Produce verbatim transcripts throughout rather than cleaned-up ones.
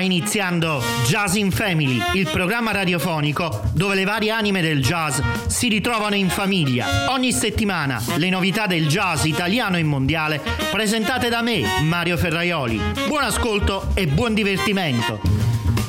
iniziando Jazz in Family, il programma radiofonico dove le varie anime del jazz si ritrovano in famiglia. Ogni settimana le novità del jazz italiano e mondiale presentate da me, Mario Ferraioli. Buon ascolto e buon divertimento.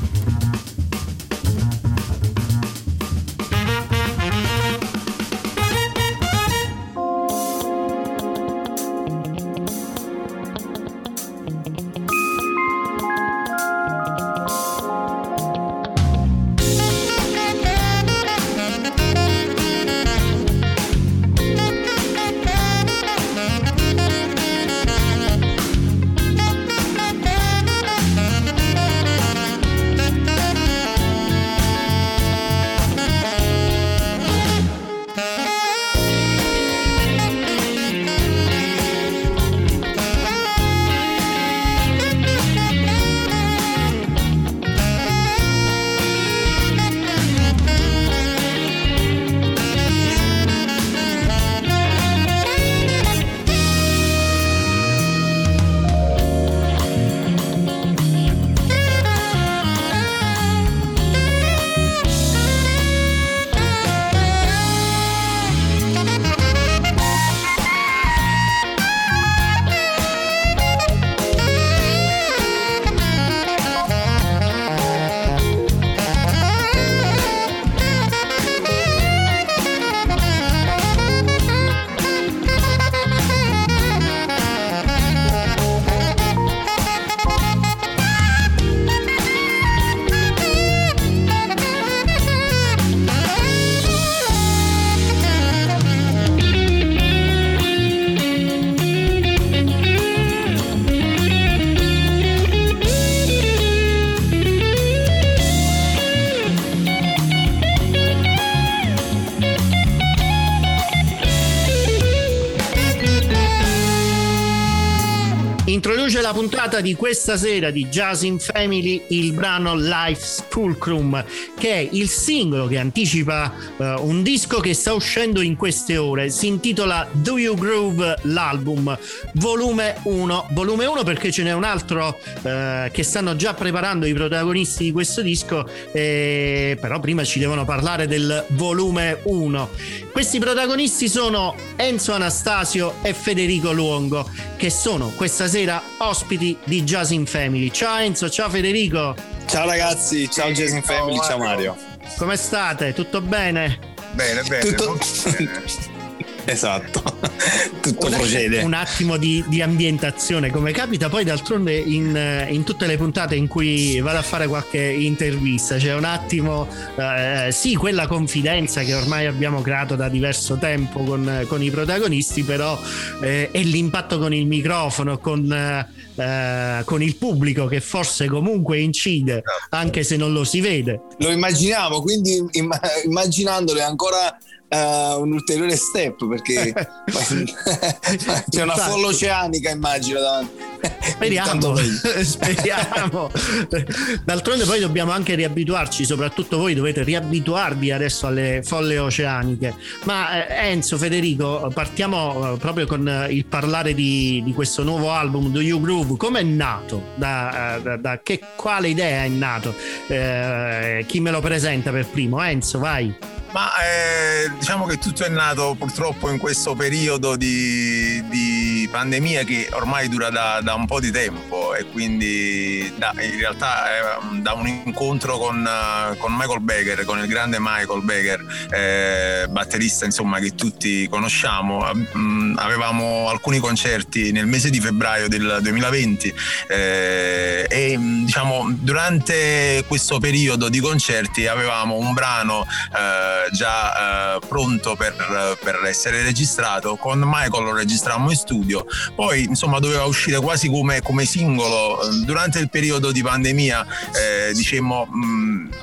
Introduce la puntata di questa sera di Jazz in Family il brano Life's Fulcrum, che è il singolo che anticipa uh, un disco che sta uscendo in queste ore. Si intitola Do You Groove, l'album volume uno. Volume uno perché ce n'è un altro uh, che stanno già preparando i protagonisti di questo disco, eh, però prima ci devono parlare del volume uno. Questi protagonisti sono Enzo Anastasio e Federico Luongo, che sono questa sera ospiti di Jazz in Family. Ciao Enzo, ciao Federico. Ciao ragazzi, ciao Jazz in Family, ciao Mario. Come state? Tutto bene? Bene, bene. Tutto... bene. Esatto, tutto un, procede. Un attimo di, di ambientazione, come capita poi d'altronde in, in tutte le puntate in cui vado a fare qualche intervista. C'è un attimo, eh, sì, quella confidenza che ormai abbiamo creato da diverso tempo con, con i protagonisti, però eh, è l'impatto con il microfono, con, eh, con il pubblico che forse comunque incide, anche se non lo si vede. Lo immaginiamo, quindi imm- immaginandolo è ancora... Uh, un ulteriore step, perché c'è una folla oceanica, immagino, davanti. Speriamo, speriamo. D'altronde poi dobbiamo anche riabituarci, soprattutto voi dovete riabituarvi adesso alle folle oceaniche. Ma eh, Enzo, Federico, partiamo eh, proprio con il parlare di, di questo nuovo album Do You Groove. Come è nato? Da, da, da che quale idea è nato? Eh, chi me lo presenta per primo? Enzo, vai. Ma eh, diciamo che tutto è nato purtroppo in questo periodo di, di pandemia che ormai dura da, da un po' di tempo, e quindi da, in realtà eh, da un incontro con, uh, con Michael Becker, con il grande Michael Becker, eh, batterista insomma che tutti conosciamo. Mm, avevamo alcuni concerti nel mese di febbraio del duemilaventi eh, e diciamo durante questo periodo di concerti avevamo un brano eh, già eh, pronto per, per essere registrato. Con Michael lo registrammo in studio, poi insomma doveva uscire quasi come, come singolo. Durante il periodo di pandemia eh, dicemmo mh,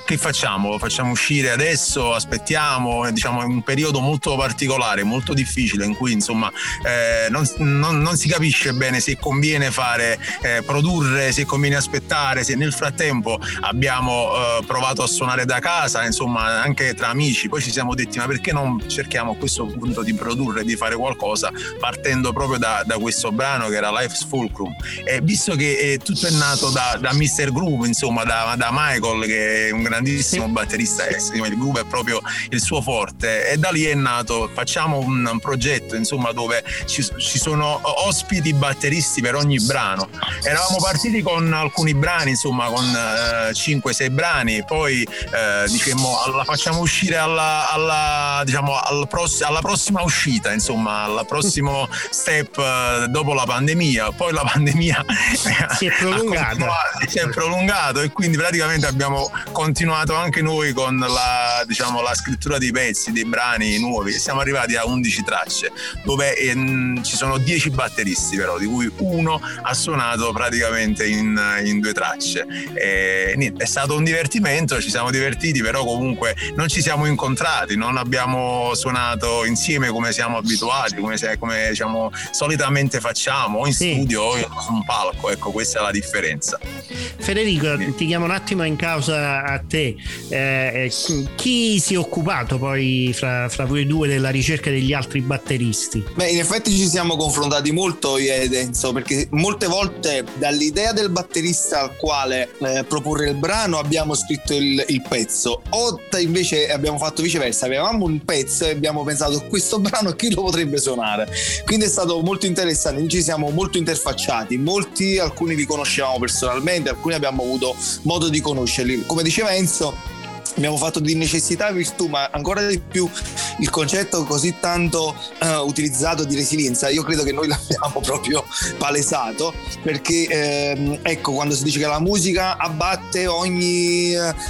che facciamo? Facciamo uscire adesso? Aspettiamo? Diciamo, è un periodo molto particolare, molto difficile, in cui insomma eh, non, non, non si capisce bene se conviene fare, eh, produrre, se conviene aspettare, se nel frattempo abbiamo eh, provato a suonare da casa, insomma anche tra amici, poi ci siamo detti ma perché non cerchiamo a questo punto di produrre, di fare qualcosa partendo proprio da, da questo brano che era Life's Fulcrum, e visto che eh, tutto è nato da, da mister Groove, insomma da, da Michael, che è un grandissimo batterista, il groove è proprio il suo forte, e da lì è nato facciamo un, un progetto insomma dove ci, ci sono ospiti batteristi per ogni brano. Eravamo partiti con alcuni brani, insomma con eh, cinque sei brani, poi eh, diciamo la facciamo uscire alla, alla diciamo al pross- alla prossima uscita, insomma al prossimo step eh, dopo la pandemia. Poi la pandemia si è prolungata si è prolungato e quindi praticamente abbiamo continuato anche noi con la diciamo la scrittura dei pezzi, dei brani nuovi. Siamo arrivati a undici tracce dove ehm, ci sono dieci batteristi, però di cui uno ha suonato praticamente in, in due tracce. E, niente, è stato un divertimento, ci siamo divertiti, però comunque non ci siamo incontrati, non abbiamo suonato insieme come siamo abituati, come, se, come diciamo solitamente facciamo, o in sì. studio o su un palco. Ecco, questa è la differenza. Federico, sì. ti chiamo un attimo in causa a te. Eh, chi si è occupato poi fra, fra voi due della ricerca degli altri batteristi? Beh, in effetti ci siamo confrontati molto io ed Enzo, perché molte volte dall'idea del batterista al quale eh, proporre il brano abbiamo scritto il, il pezzo, o invece abbiamo fatto viceversa, avevamo un pezzo e abbiamo pensato questo brano chi lo potrebbe suonare, quindi è stato molto interessante, ci siamo molto interfacciati, molti, alcuni li conoscevamo personalmente, alcuni abbiamo avuto modo di conoscerli, come diceva Enzo. Abbiamo fatto di necessità virtù, ma ancora di più il concetto così tanto uh, utilizzato di resilienza, io credo che noi l'abbiamo proprio palesato, perché ehm, ecco, quando si dice che la musica abbatte ogni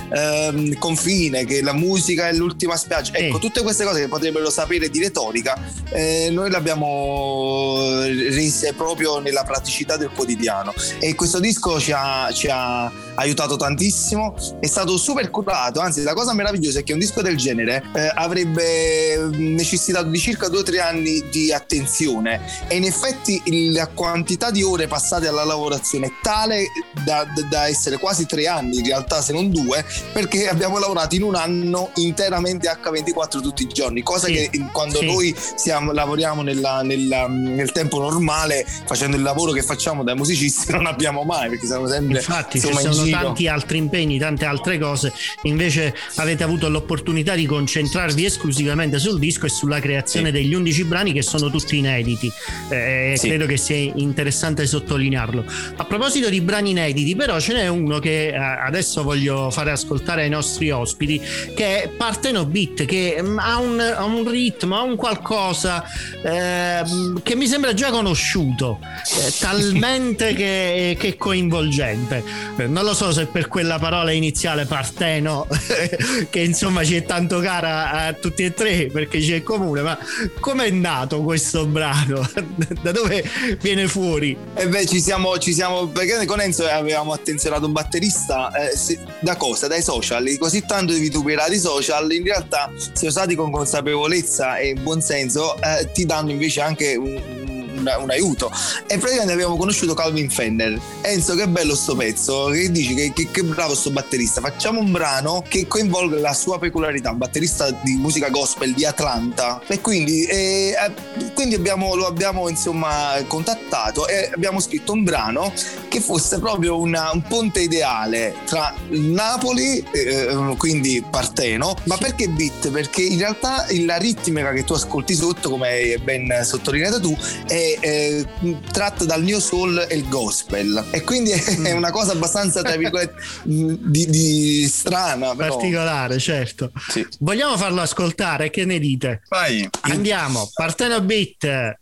ehm, confine, che la musica è l'ultima spiaggia, ecco, tutte queste cose che potrebbero sapere di retorica, eh, noi le abbiamo rese proprio nella praticità del quotidiano, e questo disco ci ha, ci ha aiutato tantissimo, è stato super curato, anzi la cosa meravigliosa è che un disco del genere eh, avrebbe necessitato di circa due o tre anni di attenzione, e in effetti la quantità di ore passate alla lavorazione è tale da, da essere quasi tre anni in realtà, se non due, perché abbiamo lavorato in un anno interamente acca ventiquattro tutti i giorni, cosa sì, che quando sì. noi siamo, lavoriamo nella, nella, nel tempo normale facendo il lavoro che facciamo da musicisti non abbiamo mai, perché siamo sempre infatti insomma, ci sono in tanti altri impegni, tante altre cose, invece avete avuto l'opportunità di concentrarvi esclusivamente sul disco e sulla creazione sì. degli undici brani che sono tutti inediti, eh, sì. credo che sia interessante sottolinearlo. A proposito di brani inediti, però ce n'è uno che eh, adesso voglio fare ascoltare ai nostri ospiti, che è Parthenobeat, che mh, ha, un, ha un ritmo, ha un qualcosa eh, che mi sembra già conosciuto, eh, talmente che, che coinvolgente, eh, non lo so se per quella parola iniziale Parteno che insomma ci è tanto cara a tutti e tre perché c'è in comune, ma com'è nato questo brano? Da dove viene fuori? E eh beh, ci siamo, ci siamo perché con Enzo avevamo attenzionato un batterista eh, se, da cosa? Dai social, così tanto di vituperare i social, in realtà se usati con consapevolezza e buon senso eh, ti danno invece anche un Un, un aiuto, e praticamente abbiamo conosciuto Calvin Fenner. Enzo, che bello sto pezzo, che dici che, che, che bravo sto batterista, facciamo un brano che coinvolga la sua peculiarità, un batterista di musica gospel di Atlanta, e quindi, eh, quindi abbiamo, lo abbiamo insomma contattato e abbiamo scritto un brano che fosse proprio una, un ponte ideale tra Napoli, eh, quindi Parteno, ma perché beat? Perché in realtà la ritmica che tu ascolti sotto, come hai ben sottolineato tu, è Eh, tratta dal neo soul e il gospel, e quindi è una cosa abbastanza tra virgolette di, di strana, però particolare, certo. Sì. Vogliamo farlo ascoltare, che ne dite? Vai, andiamo. Parthenobeat.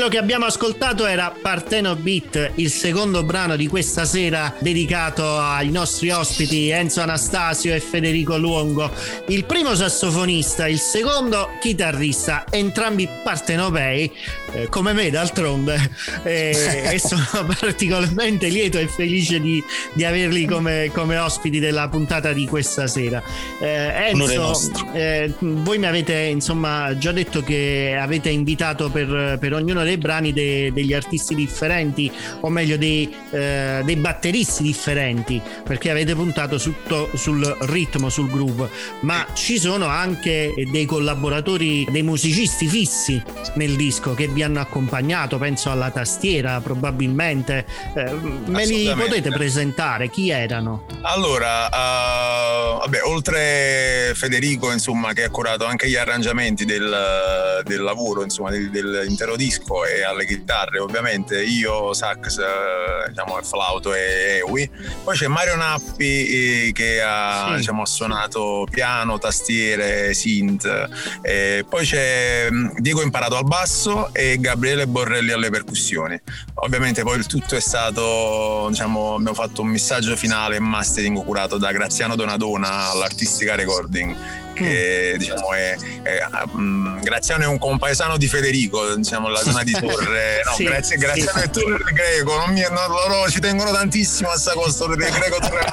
Quello che abbiamo ascoltato era Parteno Beat, il secondo brano di questa sera dedicato ai nostri ospiti Enzo Anastasio e Federico Luongo, il primo sassofonista, il secondo chitarrista, entrambi partenopei, eh, come me d'altronde, eh, e sono particolarmente lieto e felice di, di averli come, come ospiti della puntata di questa sera. eh, Enzo, eh, voi mi avete insomma già detto che avete invitato per, per ognuno dei brani de, degli artisti differenti, o meglio dei, eh, dei batteristi differenti, perché avete puntato tutto sul ritmo, sul groove, ma ci sono anche dei collaboratori, dei musicisti fissi nel disco che vi hanno accompagnato, penso alla tastiera probabilmente. eh, me li potete presentare? Chi erano? Allora, uh, vabbè, oltre Federico, insomma, che ha curato anche gli arrangiamenti del, del lavoro, insomma, del, dell'intero disco, e alle chitarre ovviamente, io sax, eh, diciamo, flauto e ewi. Poi c'è Mario Nappi, eh, che ha, sì. diciamo, ha suonato piano, tastiere, synth. E poi c'è Diego Imparato al basso e Gabriele Borrelli alle percussioni. Ovviamente poi il tutto è stato, diciamo, abbiamo fatto un missaggio finale e mastering curato da Graziano Donadona all'Artistica Recording, che diciamo è, è um, Graziano è un compaesano di Federico, diciamo, la zona di Torre. No, sì, Grazie, Graziano sì. è Torre del Greco, non mi, non, loro ci tengono tantissimo a sta cosa, Torre del Greco, Torre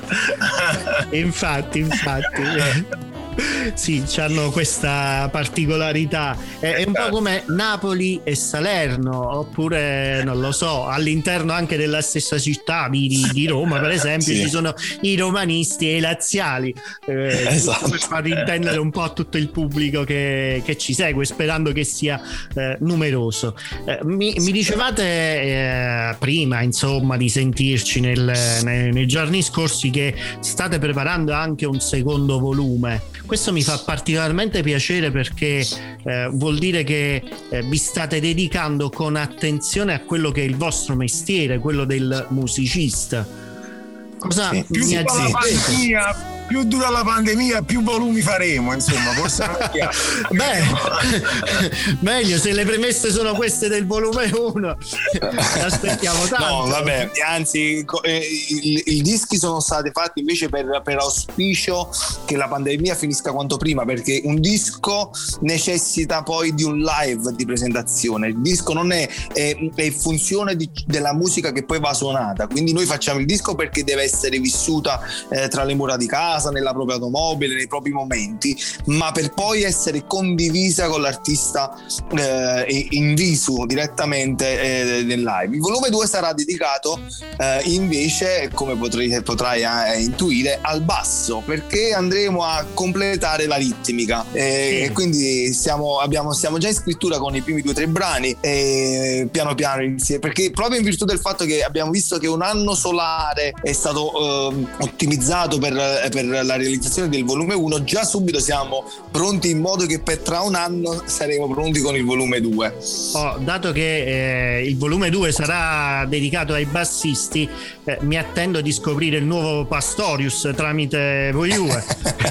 del infatti infatti sì, hanno questa particolarità. È, è un po' come Napoli e Salerno, oppure non lo so, all'interno anche della stessa città di, di, di Roma, per esempio, sì. ci sono i romanisti e i laziali, eh, esatto. per far intendere un po' a tutto il pubblico che, che ci segue, sperando che sia eh, numeroso. Eh, mi, mi dicevate eh, prima, insomma, di sentirci nel, nei, nei giorni scorsi che state preparando anche un secondo volume. Questo mi fa particolarmente piacere, perché eh, vuol dire che eh, vi state dedicando con attenzione a quello che è il vostro mestiere, quello del musicista. Cosa sì. più mi dura la pandemia, più dura la pandemia, più volumi faremo, insomma, forse beh, meglio se le premesse sono queste del volume uno. Aspettiamo tanto. No, vabbè, anzi, i, i dischi sono stati fatti invece per, per auspicio che la pandemia finisca quanto prima, perché un disco necessita poi di un live di presentazione. Il disco non è, è, è funzione di, della musica che poi va suonata, quindi noi facciamo il disco perché deve essere vissuta eh, tra le mura di casa, nella propria automobile, nei propri momenti, ma per poi essere condivisa con l'artista eh, in visu direttamente eh, nel live. Il volume due sarà dedicato eh, invece, come potrai, potrai eh, intuire, al basso, perché andremo a completare la ritmica eh, sì. e quindi stiamo, abbiamo, stiamo già in scrittura con i primi due o tre brani, e piano piano insieme, perché proprio in virtù del fatto che abbiamo visto che un anno solare è stato eh, ottimizzato per, per la realizzazione del volume uno, già subito siamo pronti, in modo che per tra un anno saremo pronti con il volume due. Oh, dato che eh, il volume due sarà dedicato ai bassisti, eh, mi attendo di scoprire il nuovo Pastorius tramite voi due.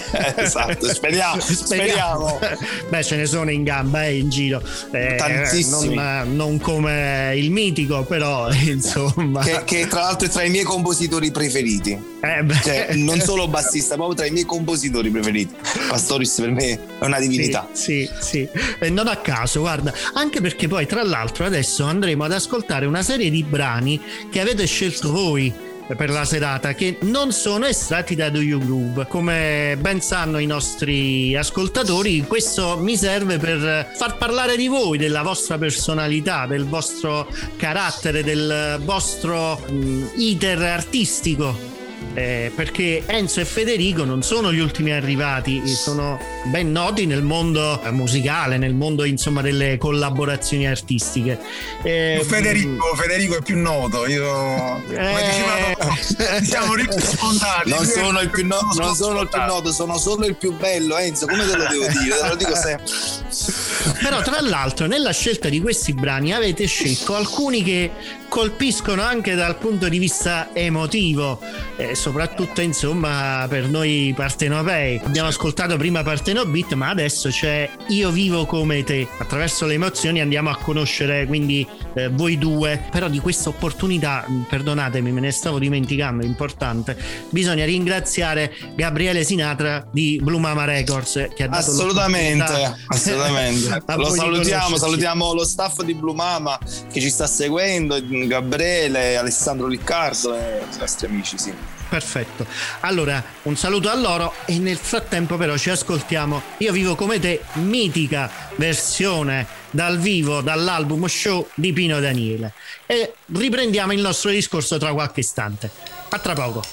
Esatto, speriamo, speriamo. Beh, ce ne sono in gamba eh, in giro, eh, tantissimi, non, non come il mitico, però insomma, che, che tra l'altro è tra i miei compositori preferiti, eh cioè, non solo bassista, proprio tra i miei compositori preferiti. Pastorius per me è una divinità. Sì, sì, sì. E non a caso, guarda, anche perché poi tra l'altro adesso andremo ad ascoltare una serie di brani che avete scelto voi per la serata, che non sono estratti da Do You Groove. Come ben sanno i nostri ascoltatori, questo mi serve per far parlare di voi, della vostra personalità, del vostro carattere, del vostro um, iter artistico. Eh, perché Enzo e Federico non sono gli ultimi arrivati, sono ben noti nel mondo musicale, nel mondo insomma delle collaborazioni artistiche. Eh, Federico, Federico è più noto, io come dicevamo, siamo ricchi spontanei. Non sono il più, no, non sono il più noto, sono solo il più bello, Enzo, come te lo devo dire? Te lo dico sempre. Però tra l'altro nella scelta di questi brani avete scelto alcuni che colpiscono anche dal punto di vista emotivo, eh, soprattutto insomma per noi partenopei. Abbiamo ascoltato prima Partenobit, ma adesso c'è Io vivo come te. Attraverso le emozioni andiamo a conoscere quindi eh, voi due. Però di questa opportunità, perdonatemi, me ne stavo dimenticando, è importante, bisogna ringraziare Gabriele Sinatra di Blue Mama Records, che ha dato assolutamente, assolutamente. Lo salutiamo, salutiamo lo staff di Blue Mama che ci sta seguendo, Gabriele, Alessandro Riccardo e i nostri amici, sì. Perfetto, allora un saluto a loro e nel frattempo però ci ascoltiamo Io vivo come te, mitica versione dal vivo dall'album Show di Pino Daniele, e riprendiamo il nostro discorso tra qualche istante. A tra poco.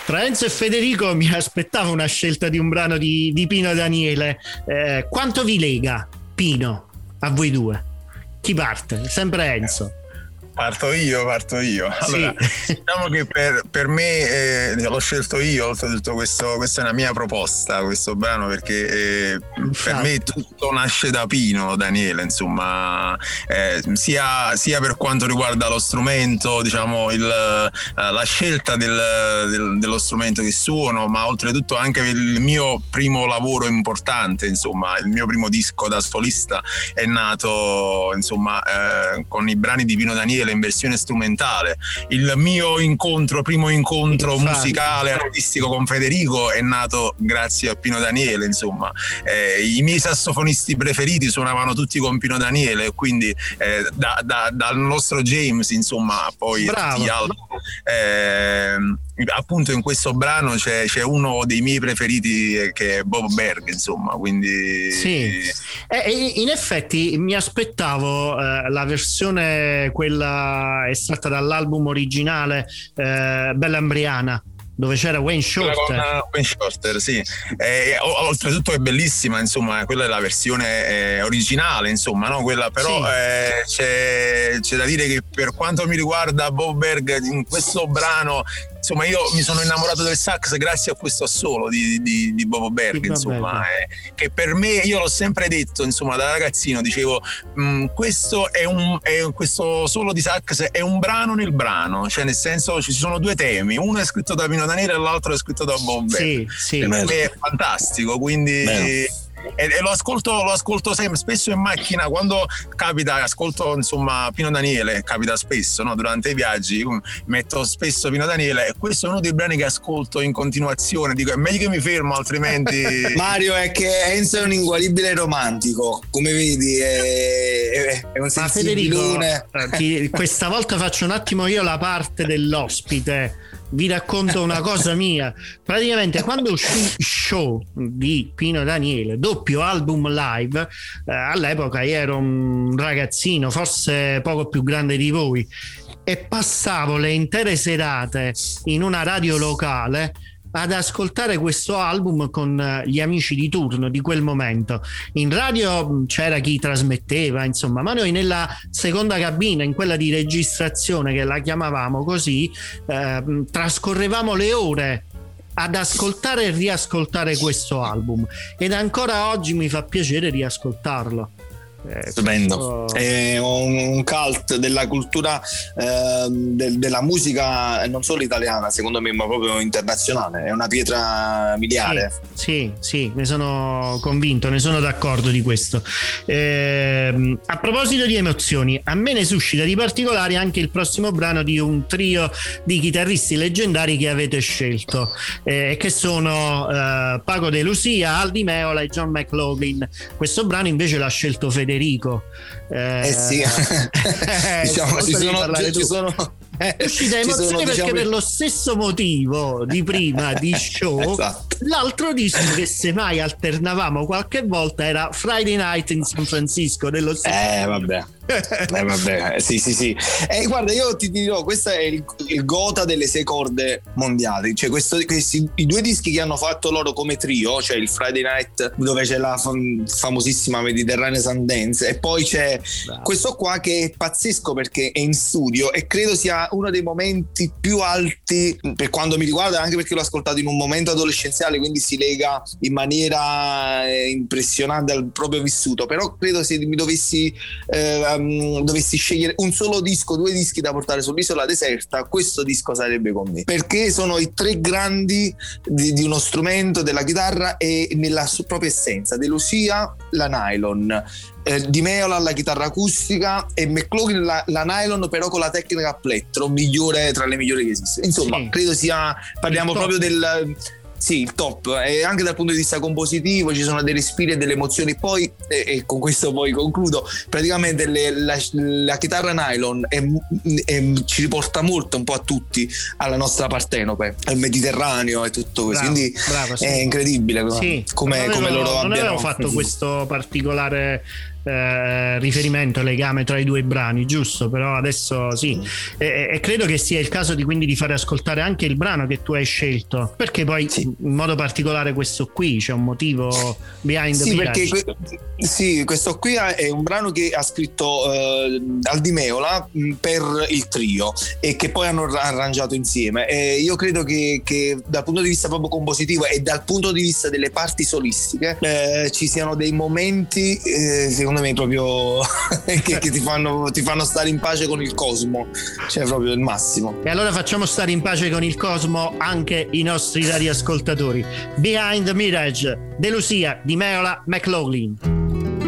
tra Enzo e Federico mi aspettavo una scelta di un brano di, di Pino Daniele. Eh, quanto vi lega Pino a voi due? Chi parte? Sempre Enzo. Parto io, parto io. Allora, sì. Diciamo che per, per me eh, l'ho scelto io, oltretutto questo, questa è una mia proposta, questo brano, perché eh, per me tutto nasce da Pino Daniele, insomma, eh, sia, sia per quanto riguarda lo strumento, diciamo, il, la scelta del, del, dello strumento che suono, ma oltretutto anche il mio primo lavoro importante, insomma, il mio primo disco da solista è nato, insomma, eh, con i brani di Pino Daniele in versione strumentale. Il mio incontro, primo incontro Infatti. musicale, artistico con Federico è nato grazie a Pino Daniele, insomma. Eh, i miei sassofonisti preferiti suonavano tutti con Pino Daniele, quindi eh, da, da, dal nostro James, insomma, poi Bravo. tutti gli altri. Eh, appunto in questo brano c'è, c'è uno dei miei preferiti che è Bob Berg, insomma, quindi sì. Eh, in effetti mi aspettavo eh, la versione quella estratta dall'album originale eh, Bella Embriana, dove c'era Wayne Shorter. Wayne Shorter, sì. Eh, oltretutto è bellissima, insomma, quella è la versione eh, originale, insomma, no? Quella, però sì. eh, c'è, c'è da dire che per quanto mi riguarda Bob Berg in questo brano, insomma, io mi sono innamorato del sax grazie a questo assolo di, di, di Bob Berg, sì, insomma, eh, che per me, io l'ho sempre detto, insomma, da ragazzino dicevo mh, questo è un è, questo solo di sax è un brano nel brano, cioè nel senso ci sono due temi, uno è scritto da Pino Daniele e l'altro è scritto da Bob Berg. Sì, sì. Per me è fantastico, quindi Beh. E, e lo ascolto lo ascolto sempre, spesso in macchina quando capita, ascolto insomma Pino Daniele, capita spesso, no? Durante i viaggi metto spesso Pino Daniele e questo è uno dei brani che ascolto in continuazione, dico è meglio che mi fermo, altrimenti Mario, è che Enzo è un inguaribile romantico, come vedi, è, è, è un sensibilone. Federico, questa volta faccio un attimo io la parte dell'ospite. Vi racconto una cosa mia. Praticamente quando uscì Show di Pino Daniele, doppio album live, eh, all'epoca io ero un ragazzino, forse poco più grande di voi, e passavo le intere serate in una radio locale ad ascoltare questo album con gli amici di turno di quel momento. In radio c'era chi trasmetteva, insomma, ma noi nella seconda cabina, in quella di registrazione che la chiamavamo così, eh, trascorrevamo le ore ad ascoltare e riascoltare questo album, ed ancora oggi mi fa piacere riascoltarlo. Eh, Stupendo, è un, un cult della cultura eh, del, della musica non solo italiana, secondo me, ma proprio internazionale, è una pietra miliare. Sì, sì, sì, ne sono convinto, ne sono d'accordo di questo. Eh, a proposito di emozioni, a me ne suscita di particolare anche il prossimo brano di un trio di chitarristi leggendari che avete scelto, eh, che sono eh, Paco De Lucia, Aldi Meola e John McLaughlin. Questo brano invece l'ha scelto Federico. Eh, eh sì, eh, diciamo, ci sono, ci, ci sono è uscita emozione sono, perché diciamo... per lo stesso motivo di prima di Show, esatto. L'altro disco che semmai alternavamo qualche volta era Friday Night in San Francisco dello stesso eh vabbè eh vabbè sì sì sì eh, guarda, io ti dirò, questo è il, il gota delle sei corde mondiali, cioè questo, questi i due dischi che hanno fatto loro come trio, cioè il Friday Night dove c'è la fam- famosissima Mediterranea Sundance, e poi c'è Bravo. questo qua che è pazzesco perché è in studio e credo sia uno dei momenti più alti per quanto mi riguarda, anche perché l'ho ascoltato in un momento adolescenziale, quindi si lega in maniera impressionante al proprio vissuto. Però credo se mi dovessi eh, um, dovessi scegliere un solo disco, due dischi da portare sull'isola deserta, questo disco sarebbe con me, perché sono i tre grandi di, di uno strumento, della chitarra, e nella sua propria essenza. De Lucia, la nylon, eh, Di Meola la chitarra acustica e McLaughlin la, la nylon, però con la tecnica a plettro migliore, tra le migliori che esiste. Insomma, sì. credo sia, parliamo proprio del sì, il top, e anche dal punto di vista compositivo ci sono dei respiri e delle emozioni. Poi, e, e con questo poi concludo, praticamente le, la, la chitarra nylon è, è, ci riporta molto un po' a tutti alla nostra Partenope, al Mediterraneo e tutto questo, bravo, quindi bravo, sì. è incredibile sì, come, avevo, come loro non abbiano avevo fatto questo particolare eh, riferimento, legame tra i due brani, giusto? Però adesso sì, e, e credo che sia il caso di quindi di fare ascoltare anche il brano che tu hai scelto, perché poi sì. in modo particolare questo qui c'è un motivo behind sì, the perché que- sì, questo qui è un brano che ha scritto eh, Aldi Meola per il trio e che poi hanno arrangiato insieme, e io credo che, che dal punto di vista proprio compositivo e dal punto di vista delle parti solistiche eh, ci siano dei momenti eh, secondo me proprio che, che ti fanno ti fanno stare in pace con il cosmo, cioè proprio il massimo. E allora facciamo stare in pace con il cosmo anche i nostri radioascoltatori. Behind the Mirage, De Lucia di Meola McLaughlin.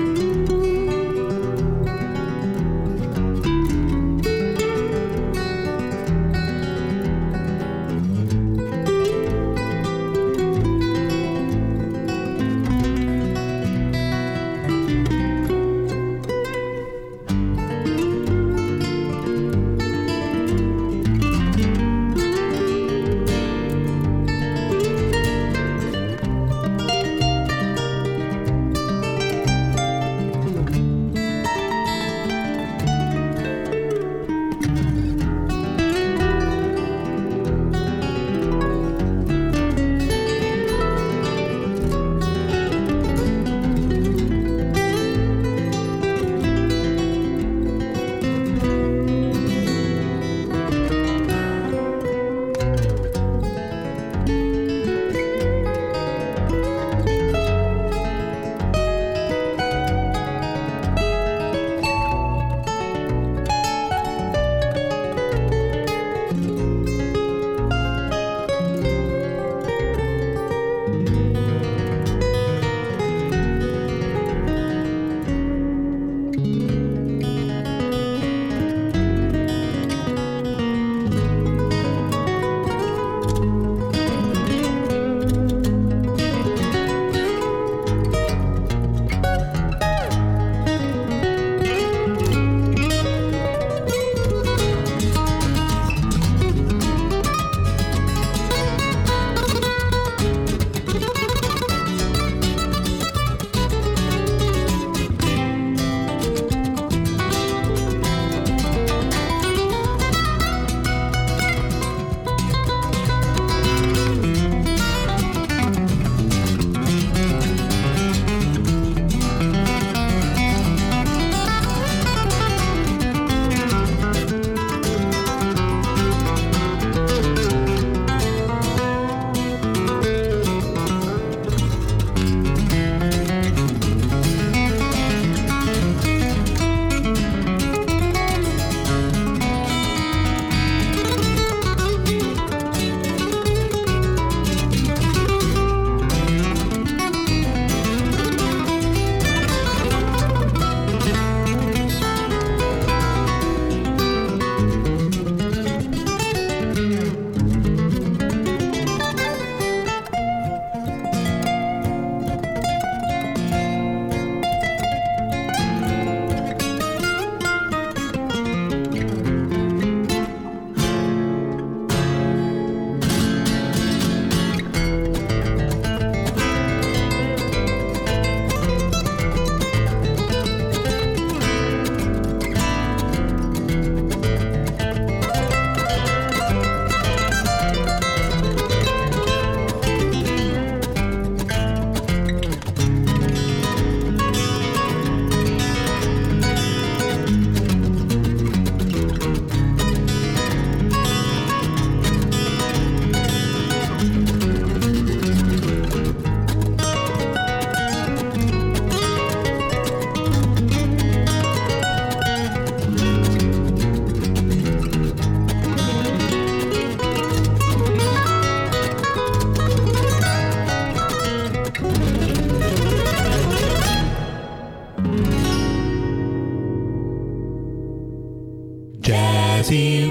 Jazzin'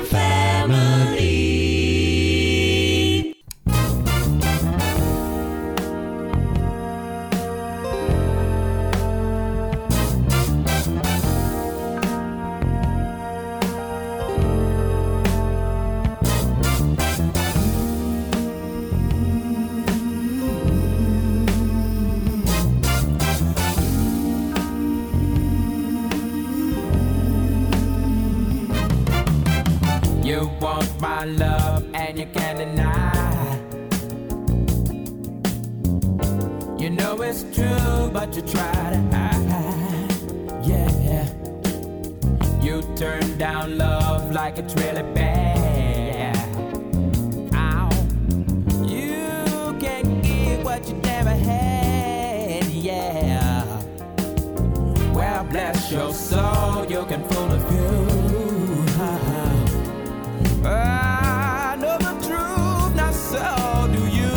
Family. want my love and you can't deny. You know it's true, but you try to hide. Yeah, you turn down love like it's really bad. Ow. You can't give what you never had. Yeah. Well, bless your soul, you can fool a few. I know the truth, not so do you.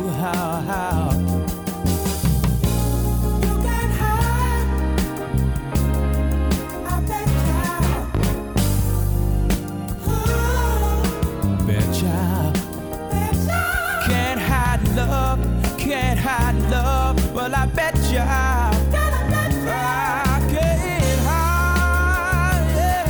You can't hide, I bet ya. Betcha, betcha. Can't hide love, can't hide love. Well, I bet ya. I can't hide, yeah.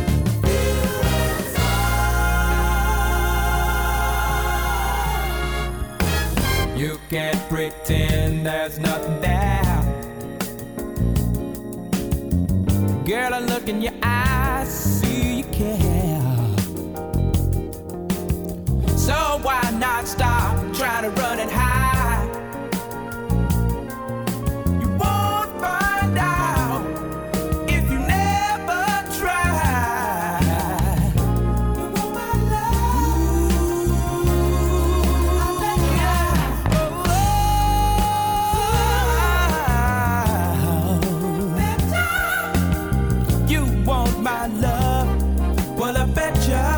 You can't pretend there's nothing there. Girl, I look in your eyes, see you care. So why not stop trying to run and hide? You won't find out if you never try. You want my love? I bet ya. Oh, you want my love? Well, I bet ya.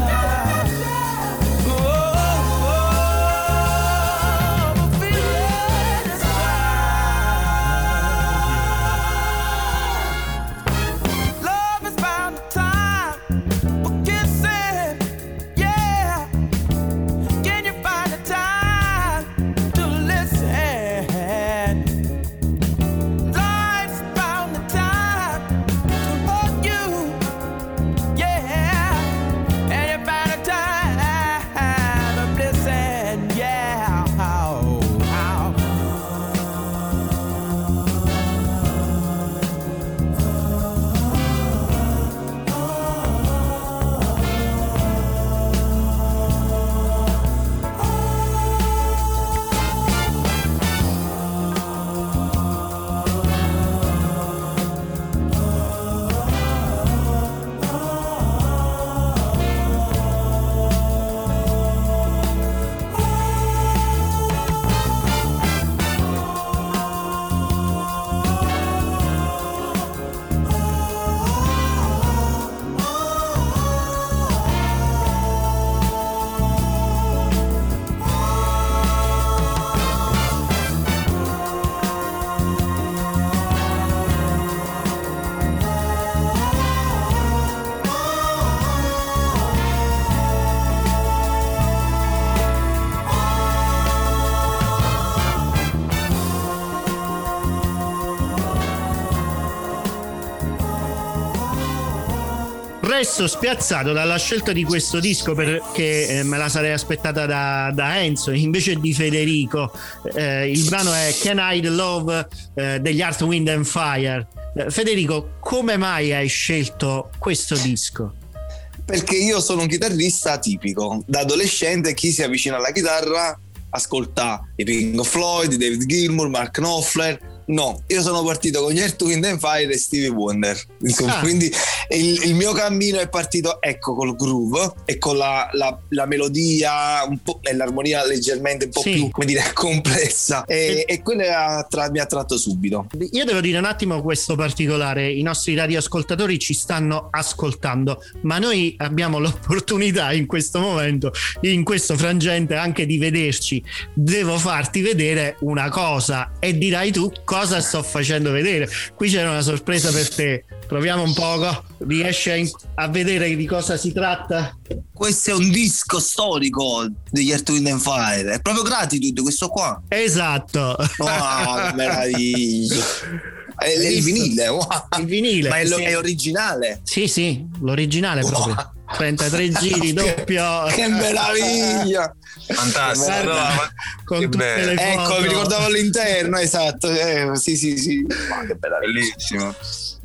Resto spiazzato dalla scelta di questo disco, perché eh, me la sarei aspettata da, da Enzo invece di Federico. Eh, il brano è Can I The Love eh, degli Earth, Wind and Fire. Eh, Federico, come mai hai scelto questo disco? Perché io sono un chitarrista atipico. Da adolescente chi si avvicina alla chitarra ascolta i Pink Floyd, David Gilmour, Mark Knopfler. No, io sono partito con gli Earth, Wind and Fire e Stevie Wonder. Insomma, ah. Quindi il, il mio cammino è partito, ecco, col groove e con la, la, la melodia un po' e l'armonia leggermente un po' sì. più, come dire, complessa. E, e, e quello attra- mi ha attratto subito. Io devo dire un attimo questo particolare: i nostri radioascoltatori ci stanno ascoltando, ma noi abbiamo l'opportunità in questo momento, in questo frangente, anche di vederci. Devo farti vedere una cosa e dirai tu cosa cosa sto facendo vedere. Qui c'era una sorpresa per te, proviamo un poco, riesci a, in- a vedere di cosa si tratta? Questo è un disco storico degli Earth, Wind and Fire, è proprio Gratitude questo qua. Esatto. Oh, che meraviglia. È il vinile, wow. Il vinile, ma è, lo, sì. È originale? Sì, sì, l'originale wow. proprio. trentatré giri doppio. Che meraviglia, fantastico. Guarda, con tutte le foto. Ecco, mi ricordavo all'interno, esatto. Eh, sì, sì, sì. Ma che meraviglia. Bellissimo.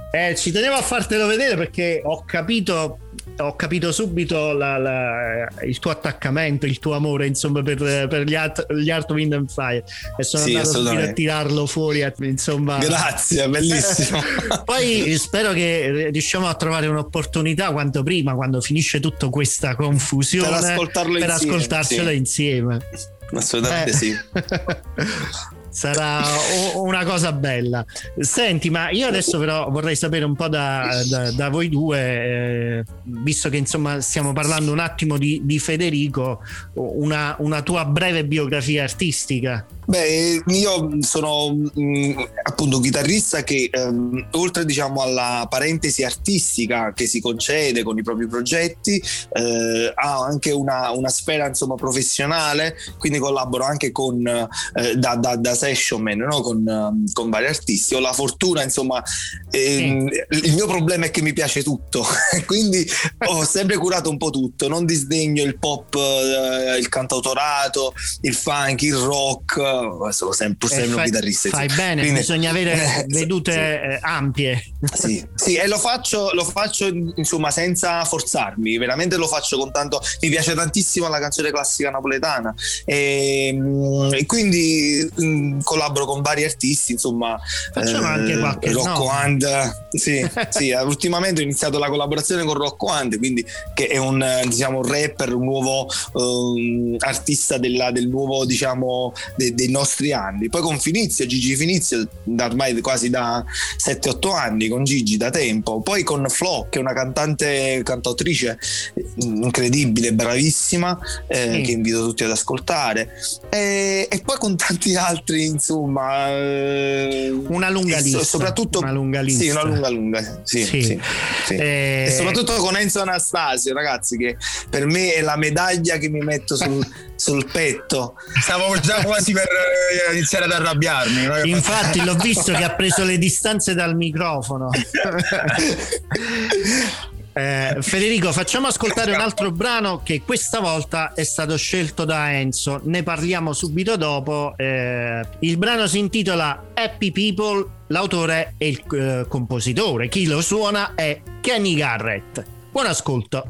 Eh, ci tenevo a fartelo vedere perché ho capito ho capito subito la, la, il tuo attaccamento, il tuo amore, insomma, per, per gli, Art, gli Earth, Wind and Fire, e sono sì, andato subito a tirarlo fuori, insomma. Grazie, bellissimo. Poi spero che riusciamo a trovare un'opportunità quanto prima, quando finisce tutta questa confusione, per ascoltarlo per insieme, ascoltarcelo sì. insieme. Assolutamente eh. sì. Sarà una cosa bella. Senti, ma io adesso però vorrei sapere un po' da, da, da voi due, eh, visto che insomma stiamo parlando un attimo di, di Federico, una, una tua breve biografia artistica. Beh, io sono mh, appunto un chitarrista che ehm, oltre diciamo alla parentesi artistica che si concede con i propri progetti, eh, ha anche una, una sfera insomma professionale, quindi collaboro anche con eh, da, da, da session man, no? con, con vari artisti. Ho la fortuna insomma, ehm, sì. Il mio problema è che mi piace tutto, quindi ho sempre curato un po' tutto, non disdegno il pop, eh, il cantautorato, il funk, il rock. Sono sempre, sempre fai, un chitarrista. Fai bene, quindi, bisogna avere vedute sì, sì. ampie. Sì, sì, e lo faccio, lo faccio insomma senza forzarmi, veramente lo faccio con tanto. Mi piace tantissimo la canzone classica napoletana e, e quindi mh, collaboro con vari artisti, insomma. Facciamo eh, anche qualche Rocco Hunt, sì, sì, ultimamente ho iniziato la collaborazione con Rocco Hunt, quindi che è un diciamo un rapper, un nuovo um, artista della, del nuovo diciamo de, dei nostri anni. Poi con Finizio, Gigi Finizio, da ormai quasi da sette otto anni, con Gigi da tempo. Poi con Flo, che è una cantante, cantautrice incredibile, bravissima, eh, sì. che invito tutti ad ascoltare. E, e poi con tanti altri, insomma, eh, una lunga lista. Soprattutto una lunga lista. Sì, una lunga lunga. Sì, sì. sì, sì. E... e soprattutto con Enzo Anastasio, ragazzi, che per me è la medaglia che mi metto sul, sul petto. Stavo già quasi per iniziare ad arrabbiarmi, no? Infatti l'ho visto che ha preso le distanze dal microfono. Eh, Federico, facciamo ascoltare un altro brano che questa volta è stato scelto da Enzo, ne parliamo subito dopo. Eh, il brano si intitola Happy People, l'autore e il eh, compositore, chi lo suona è Kenny Garrett. Buon ascolto.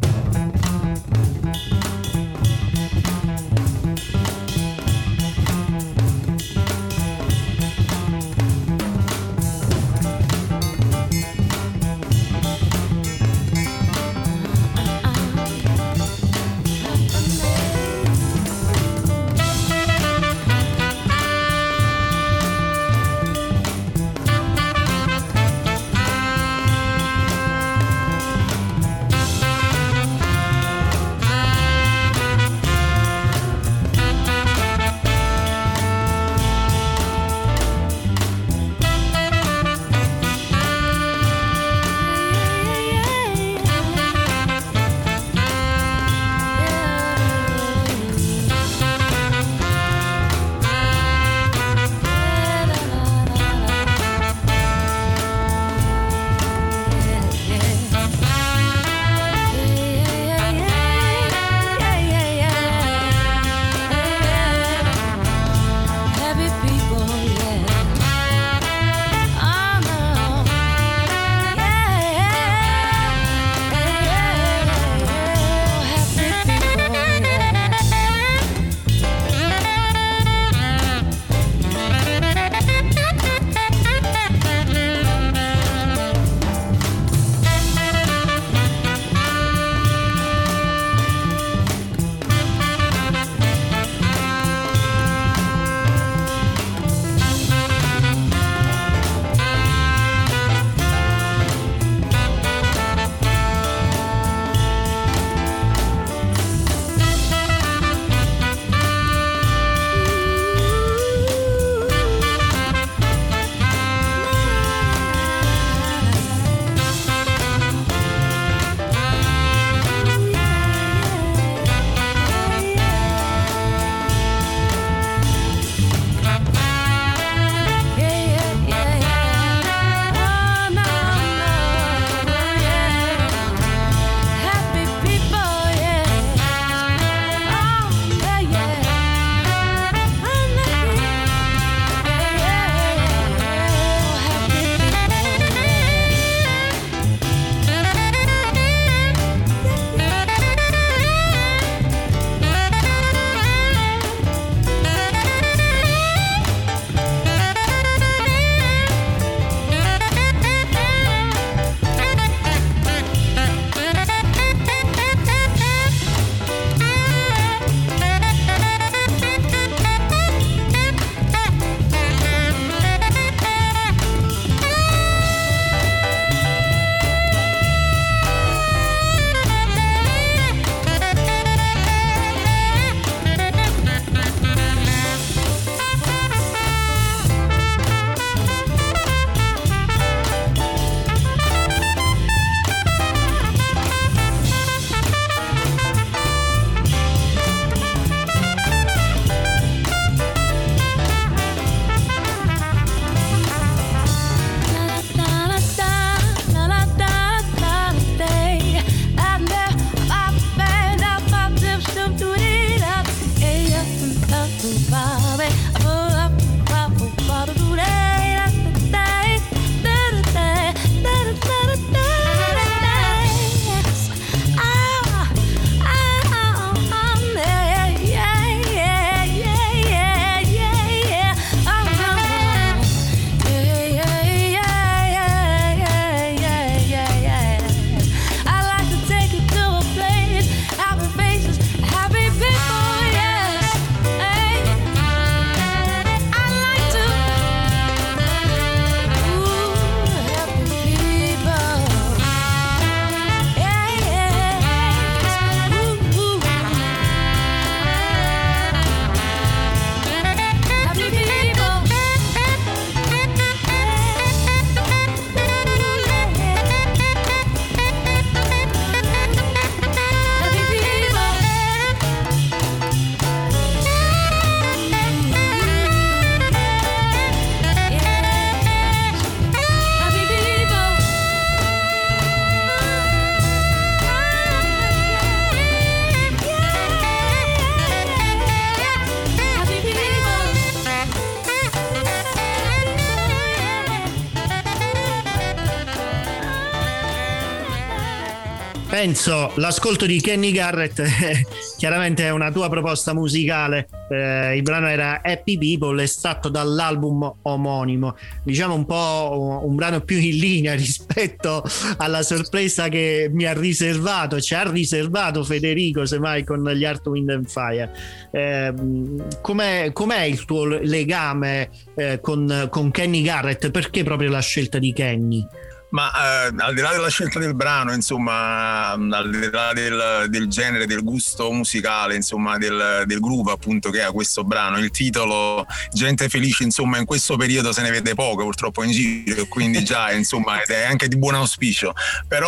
Enzo, l'ascolto di Kenny Garrett chiaramente è una tua proposta musicale. Eh, il brano era Happy People, estratto dall'album omonimo, diciamo un po' un brano più in linea rispetto alla sorpresa che mi ha riservato, ci ha riservato Federico semmai con gli Earth, Wind and Fire. Eh, com'è, com'è il tuo legame eh, con, con Kenny Garrett? Perché proprio la scelta di Kenny? Ma eh, al di là della scelta del brano, insomma, al di là del, del genere, del gusto musicale, insomma, del, del groove appunto che ha questo brano, il titolo Gente Felice, insomma, in questo periodo se ne vede poco purtroppo in giro, quindi già, insomma, ed è anche di buon auspicio. Però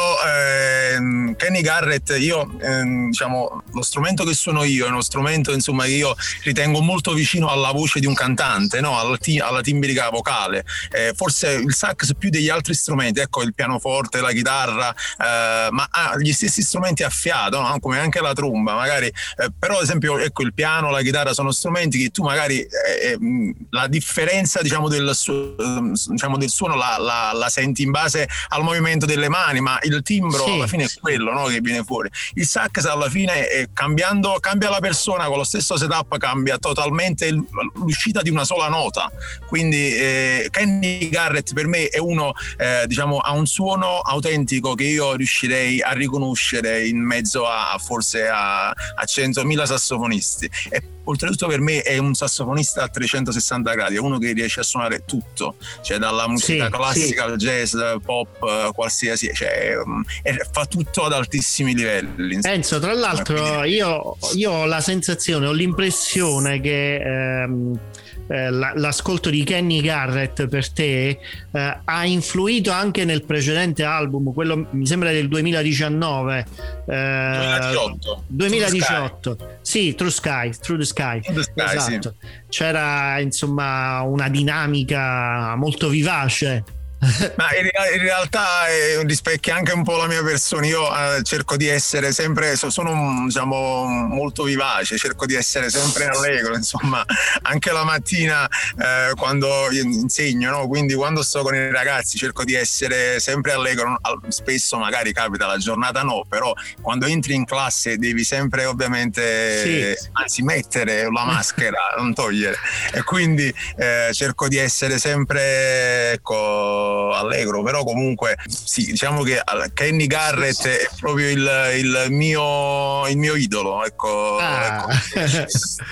eh, Kenny Garrett, io, eh, diciamo, lo strumento che suono io è uno strumento, insomma, che io ritengo molto vicino alla voce di un cantante, no? alla, ti- alla timbrica vocale, eh, forse il sax più degli altri strumenti, ecco, il pianoforte, la chitarra, eh, ma ha gli stessi strumenti a fiato, no? Come anche la tromba magari, eh, però ad esempio ecco il piano, la chitarra sono strumenti che tu magari eh, la differenza diciamo del, su- diciamo, del suono la, la, la senti in base al movimento delle mani, ma il timbro sì. alla fine è quello, no? Che viene fuori. Il sax alla fine è cambiando, cambia la persona con lo stesso setup, cambia totalmente l'uscita di una sola nota, quindi eh, Kenny Garrett per me è uno eh, diciamo ha un suono autentico che io riuscirei a riconoscere in mezzo a forse a, a centomila sassofonisti, e oltretutto per me è un sassofonista a trecentosessanta gradi, è uno che riesce a suonare tutto, cioè dalla musica sì, classica sì. al jazz, pop, qualsiasi, cioè è, fa tutto ad altissimi livelli. Enzo, tra l'altro io, io ho la sensazione, ho l'impressione che ehm, eh, l'ascolto di Kenny Garrett per te eh, ha influito anche nel precedente album, quello mi sembra del duemiladiciannove, eh, duemiladiciotto duemiladiciotto True sì, True Sky, True the Sky, True the Sky esatto. Sì. C'era insomma una dinamica molto vivace. Ma in, in realtà eh, rispecchia anche un po' la mia persona. Io eh, cerco di essere sempre, sono diciamo molto vivace, cerco di essere sempre allegro, insomma, anche la mattina eh, quando insegno, no? Quindi quando sto con i ragazzi cerco di essere sempre allegro. Spesso magari capita la giornata no, però quando entri in classe devi sempre ovviamente sì. anzi mettere la maschera, non togliere, e quindi eh, cerco di essere sempre ecco allegro, però comunque sì, diciamo che Kenny Garrett è proprio il, il mio il mio idolo, ecco, ah. ecco.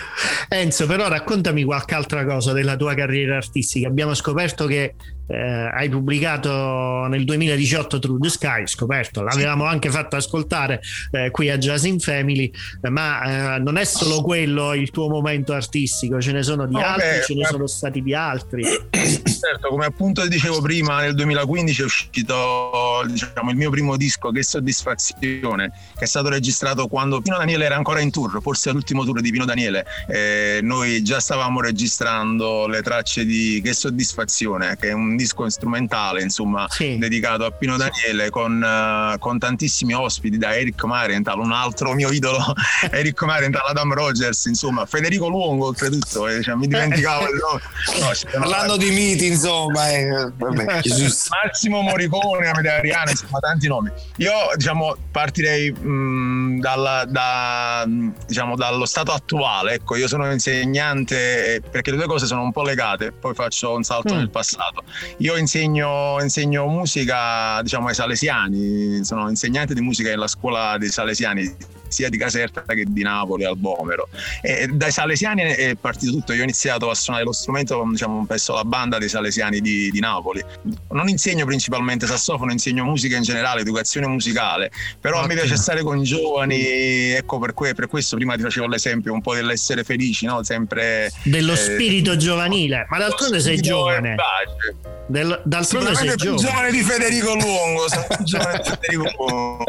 Enzo, però raccontami qualche altra cosa della tua carriera artistica. Abbiamo scoperto che eh, hai pubblicato nel duemiladiciotto True the Sky, scoperto, l'avevamo sì. anche fatto ascoltare eh, qui a Jazz in Family, ma eh, non è solo quello il tuo momento artistico, ce ne sono di no, altri, beh, ce ne ma... sono stati di altri. Certo, come appunto dicevo prima, nel duemilaquindici è uscito diciamo il mio primo disco, Che Soddisfazione, che è stato registrato quando Pino Daniele era ancora in tour, forse all'ultimo tour di Pino Daniele. Eh, noi già stavamo registrando le tracce di Che Soddisfazione, che è un disco strumentale, insomma, sì. dedicato a Pino Daniele, con, uh, con tantissimi ospiti, da Eric Marienthal, un altro mio idolo, Eric Marienthal, Adam Rogers, insomma, Federico Luongo, oltretutto, eh, cioè, mi dimenticavo di no, parlando di miti, insomma, eh, vabbè, Massimo Morricone, Amedeo Ariana, insomma, tanti nomi. Io, diciamo, partirei mh, dalla, da, diciamo, dallo stato attuale. Ecco, io sono insegnante, perché le due cose sono un po' legate, poi faccio un salto mm. nel passato. Io insegno, insegno musica, diciamo, ai salesiani, sono insegnante di musica nella scuola dei salesiani, sia di Caserta che di Napoli al Bomero, e dai salesiani è partito tutto. Io ho iniziato a suonare lo strumento, diciamo, presso la banda dei salesiani di, di Napoli. Non insegno principalmente sassofono, insegno musica in generale, educazione musicale, però okay. a me piace stare con i giovani, ecco, per, que- per questo prima ti facevo l'esempio un po' dell'essere felici, no? Sempre dello eh, spirito giovanile, ma d'altronde sei giovane. Del, d'altronde sei giovane. giovane di Federico Luongo, sono giovane di Federico Luongo.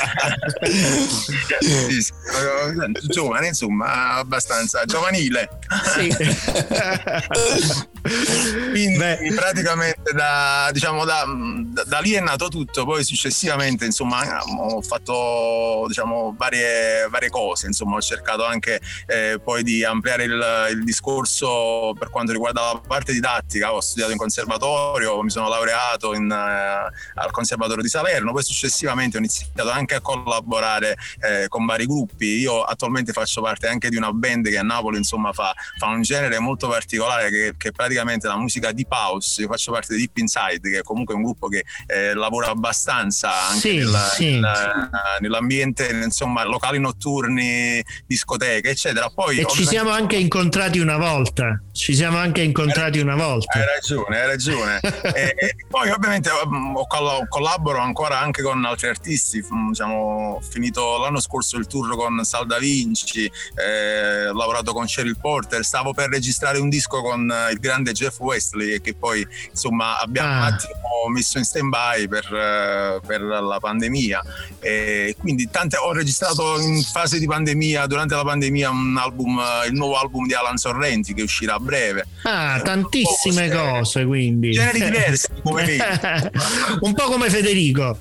Sì, sì, giovane, insomma, abbastanza giovanile. Sì. Quindi Beh. praticamente da, diciamo, da, da, da lì è nato tutto. Poi successivamente insomma ho fatto diciamo varie, varie cose, insomma ho cercato anche eh, poi di ampliare il, il discorso per quanto riguarda la parte didattica. Ho studiato in conservatorio, mi sono laureato in, eh, al Conservatorio di Salerno, poi successivamente ho iniziato anche a collaborare eh, con vari gruppi. Io attualmente faccio parte anche di una band che a Napoli insomma fa, fa un genere molto particolare che, che è praticamente la musica deep house. Io faccio parte di Deep Inside, che è comunque un gruppo che eh, lavora abbastanza anche Sì, nel, sì. nel, nell'ambiente, insomma locali notturni, discoteche eccetera. Poi E ci siamo anche incontrati una volta, ci siamo anche incontrati una volta. Hai ragione, hai ragione. e, e poi ovviamente ho coll- collaboro ancora anche con altri artisti. Diciamo, ho finito l'anno scorso il tour con Sal Da Vinci, eh, ho lavorato con Cheryl Porter, stavo per registrare un disco con il grande Jeff Wesley che poi insomma abbiamo Ah. un attimo messo in stand by per, eh, per la pandemia, e quindi tante, ho registrato in fase di pandemia, durante la pandemia, un album, il nuovo album di Alan Sorrenti che uscirà a breve. Ah, tantissime cose, cose, quindi. Generi diversi, come vedi. Un po' come Federico.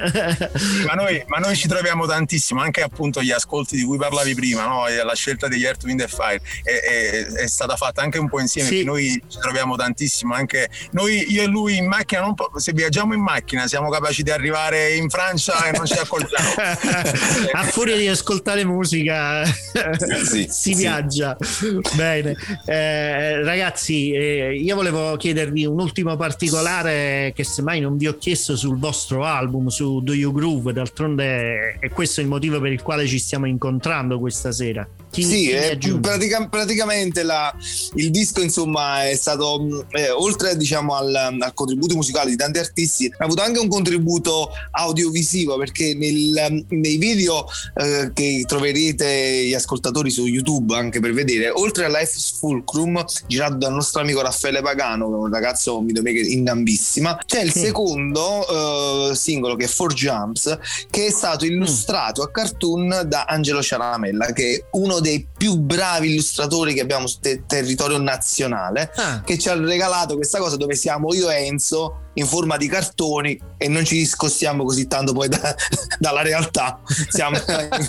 ma, noi, ma noi ci troviamo tantissimo, anche appunto gli ascolti di cui parlavi prima, no? La scelta degli Earth, Wind and Fire è, è, è stata fatta anche un po' insieme. Sì. Noi ci troviamo tantissimo, anche noi, io e lui in macchina, non po- se viaggiamo in macchina siamo capaci di arrivare in Francia e non ci accorgiamo. A furia di ascoltare musica Sì, si sì. viaggia bene. Eh, ragazzi, eh, io volevo chiedervi un ultimo particolare che semmai non vi ho chiesto sul vostro album, su Do You Groove. D'altronde è questo il motivo per il quale ci stiamo incontrando questa sera. Chi, Sì, chi mi eh, aggiunge? pratica- praticamente la, il disco insomma è stato eh, oltre diciamo al, al contributo musicale di tanti artisti, ha avuto anche un contributo audiovisivo, perché nel, nei video eh, che troverete gli ascoltatori su YouTube anche per vedere, oltre a Life Fulcrum girato dal nostro amico Raffaele Pagano, che è un ragazzo videomaker in gambissima, c'è il Sì. secondo eh, singolo che è Four Jumps, che è stato illustrato a cartoon da Angelo Ciaramella, che è uno dei più bravi illustratori che abbiamo sul te- territorio nazionale, Ah. che ci ha regalato questa cosa dove siamo io e Enzo in forma di cartoni e non ci discostiamo così tanto poi da- dalla realtà. Siamo,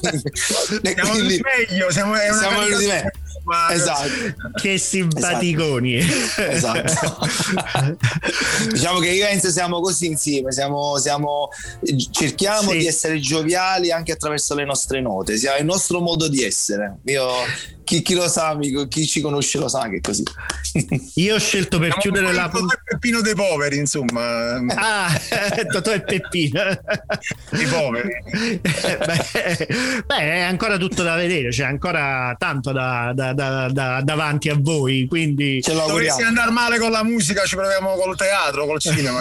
e Siamo quindi- venuti meglio, siamo, è una siamo venuti caricatura, meglio. ma- Esatto. Che simpaticoni. Esatto. Diciamo che io e Enzo siamo così insieme, siamo, siamo, cerchiamo Sì. di essere gioviali anche attraverso le nostre note, sia il nostro modo di essere. Io, chi, chi lo sa, amico, chi ci conosce lo sa che è così. Io ho scelto per Siamo chiudere come la il Totò e Peppino dei poveri, insomma. Ah, Totò e Peppino. I poveri. beh, beh, è ancora tutto da vedere, c'è ancora tanto da, da- da- da- davanti a voi, quindi Ce lo Dovessi auguriamo. andare male con la musica, ci proviamo col teatro, col cinema.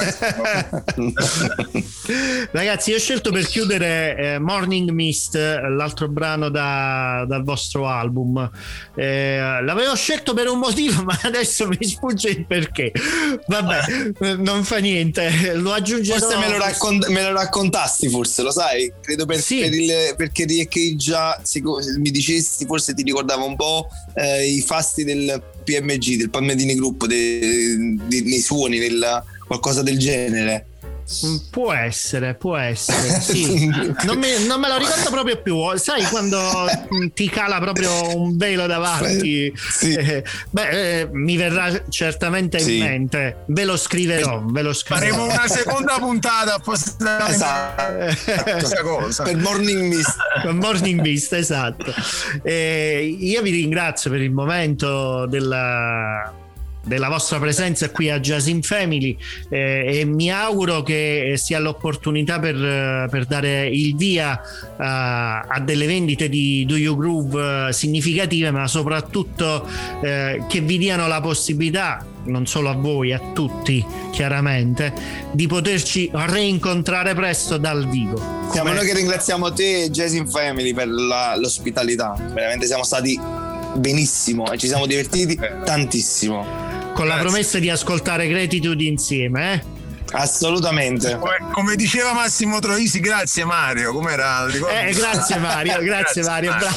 ragazzi, io ho scelto per chiudere eh, Morning Mist, l'altro brano da- dal vostro album. Eh, l'avevo scelto per un motivo, ma adesso mi sfugge il perché. Vabbè, eh, non fa niente, lo aggiungerò. Forse me lo, raccont- me lo raccontasti, forse lo sai, credo per, Sì. per il, perché che già sic- mi dicesti, forse ti ricordava un po' eh, i fasti del P M G, del Palmedini Group, de- de- nei suoni, nel, qualcosa del genere. Mm, Può essere, può essere, sì. Non, me, non me lo ricordo proprio più. Sai quando mm, ti cala proprio un velo davanti? Sì. Eh, beh, eh, mi verrà certamente Sì. in mente. Ve lo scriverò, ve lo scriverò. Faremo una seconda puntata apposta Esatto. questa cosa. Per Morning Mist. Con Morning Beast, esatto. Eh, io vi ringrazio per il momento della della vostra presenza qui a Jazz in Family eh, e mi auguro che sia l'opportunità per, eh, per dare il via uh, a delle vendite di Do You Groove uh, significative, ma soprattutto eh, che vi diano la possibilità, non solo a voi, a tutti chiaramente, di poterci reincontrare presto dal vivo. Siamo Come- noi che ringraziamo te e Jazz in Family per la- l'ospitalità, veramente siamo stati benissimo e ci siamo divertiti tantissimo. con la Grazie. promessa di ascoltare Gratitude insieme, eh? Assolutamente. Come, come diceva Massimo Troisi, grazie Mario. Com'era? Eh, grazie Mario, grazie, grazie Mario, Mario,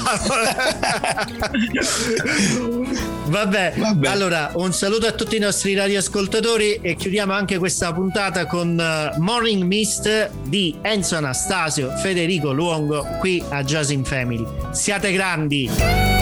bravo. Vabbè, Vabbè, allora un saluto a tutti i nostri radioascoltatori e chiudiamo anche questa puntata con uh, Morning Mist di Enzo Anastasio, Federico Luongo qui a Jazz in Family. Siate grandi.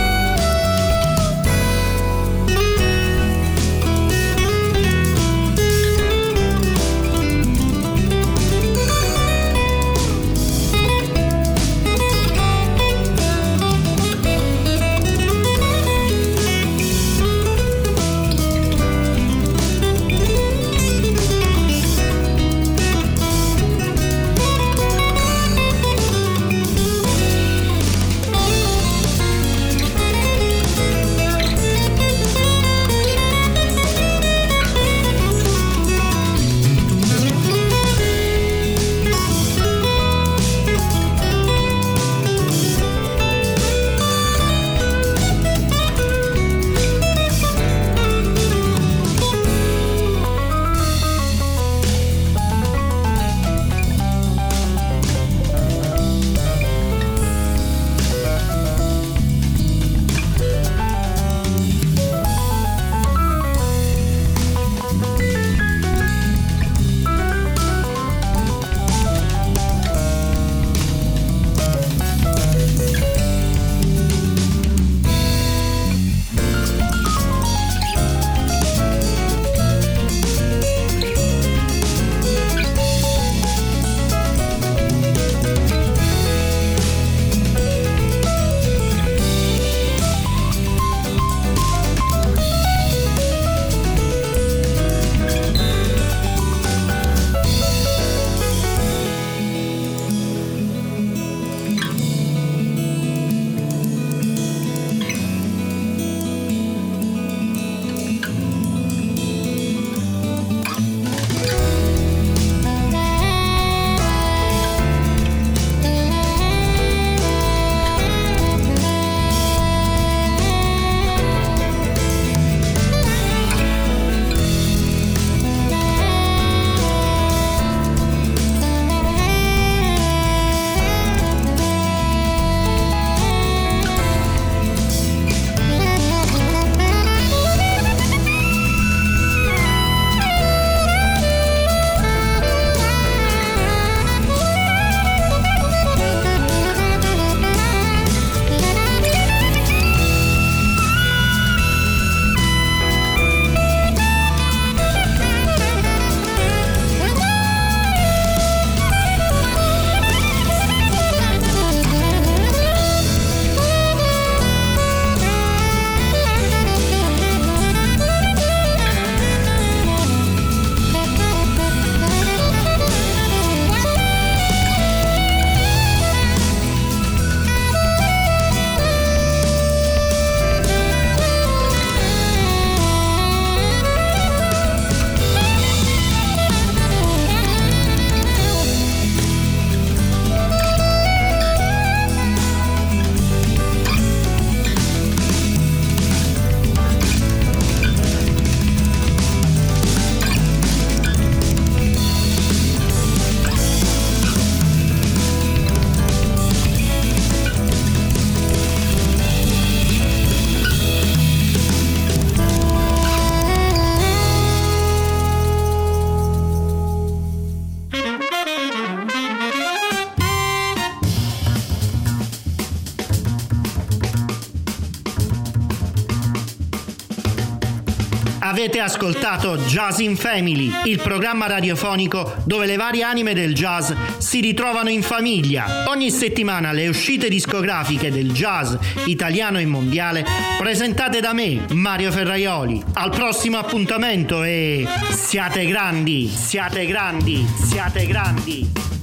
Avete ascoltato Jazz in Family, il programma radiofonico dove le varie anime del jazz si ritrovano in famiglia. Ogni settimana le uscite discografiche del jazz italiano e mondiale presentate da me, Mario Ferraioli. Al prossimo appuntamento e siate grandi, siate grandi, siate grandi.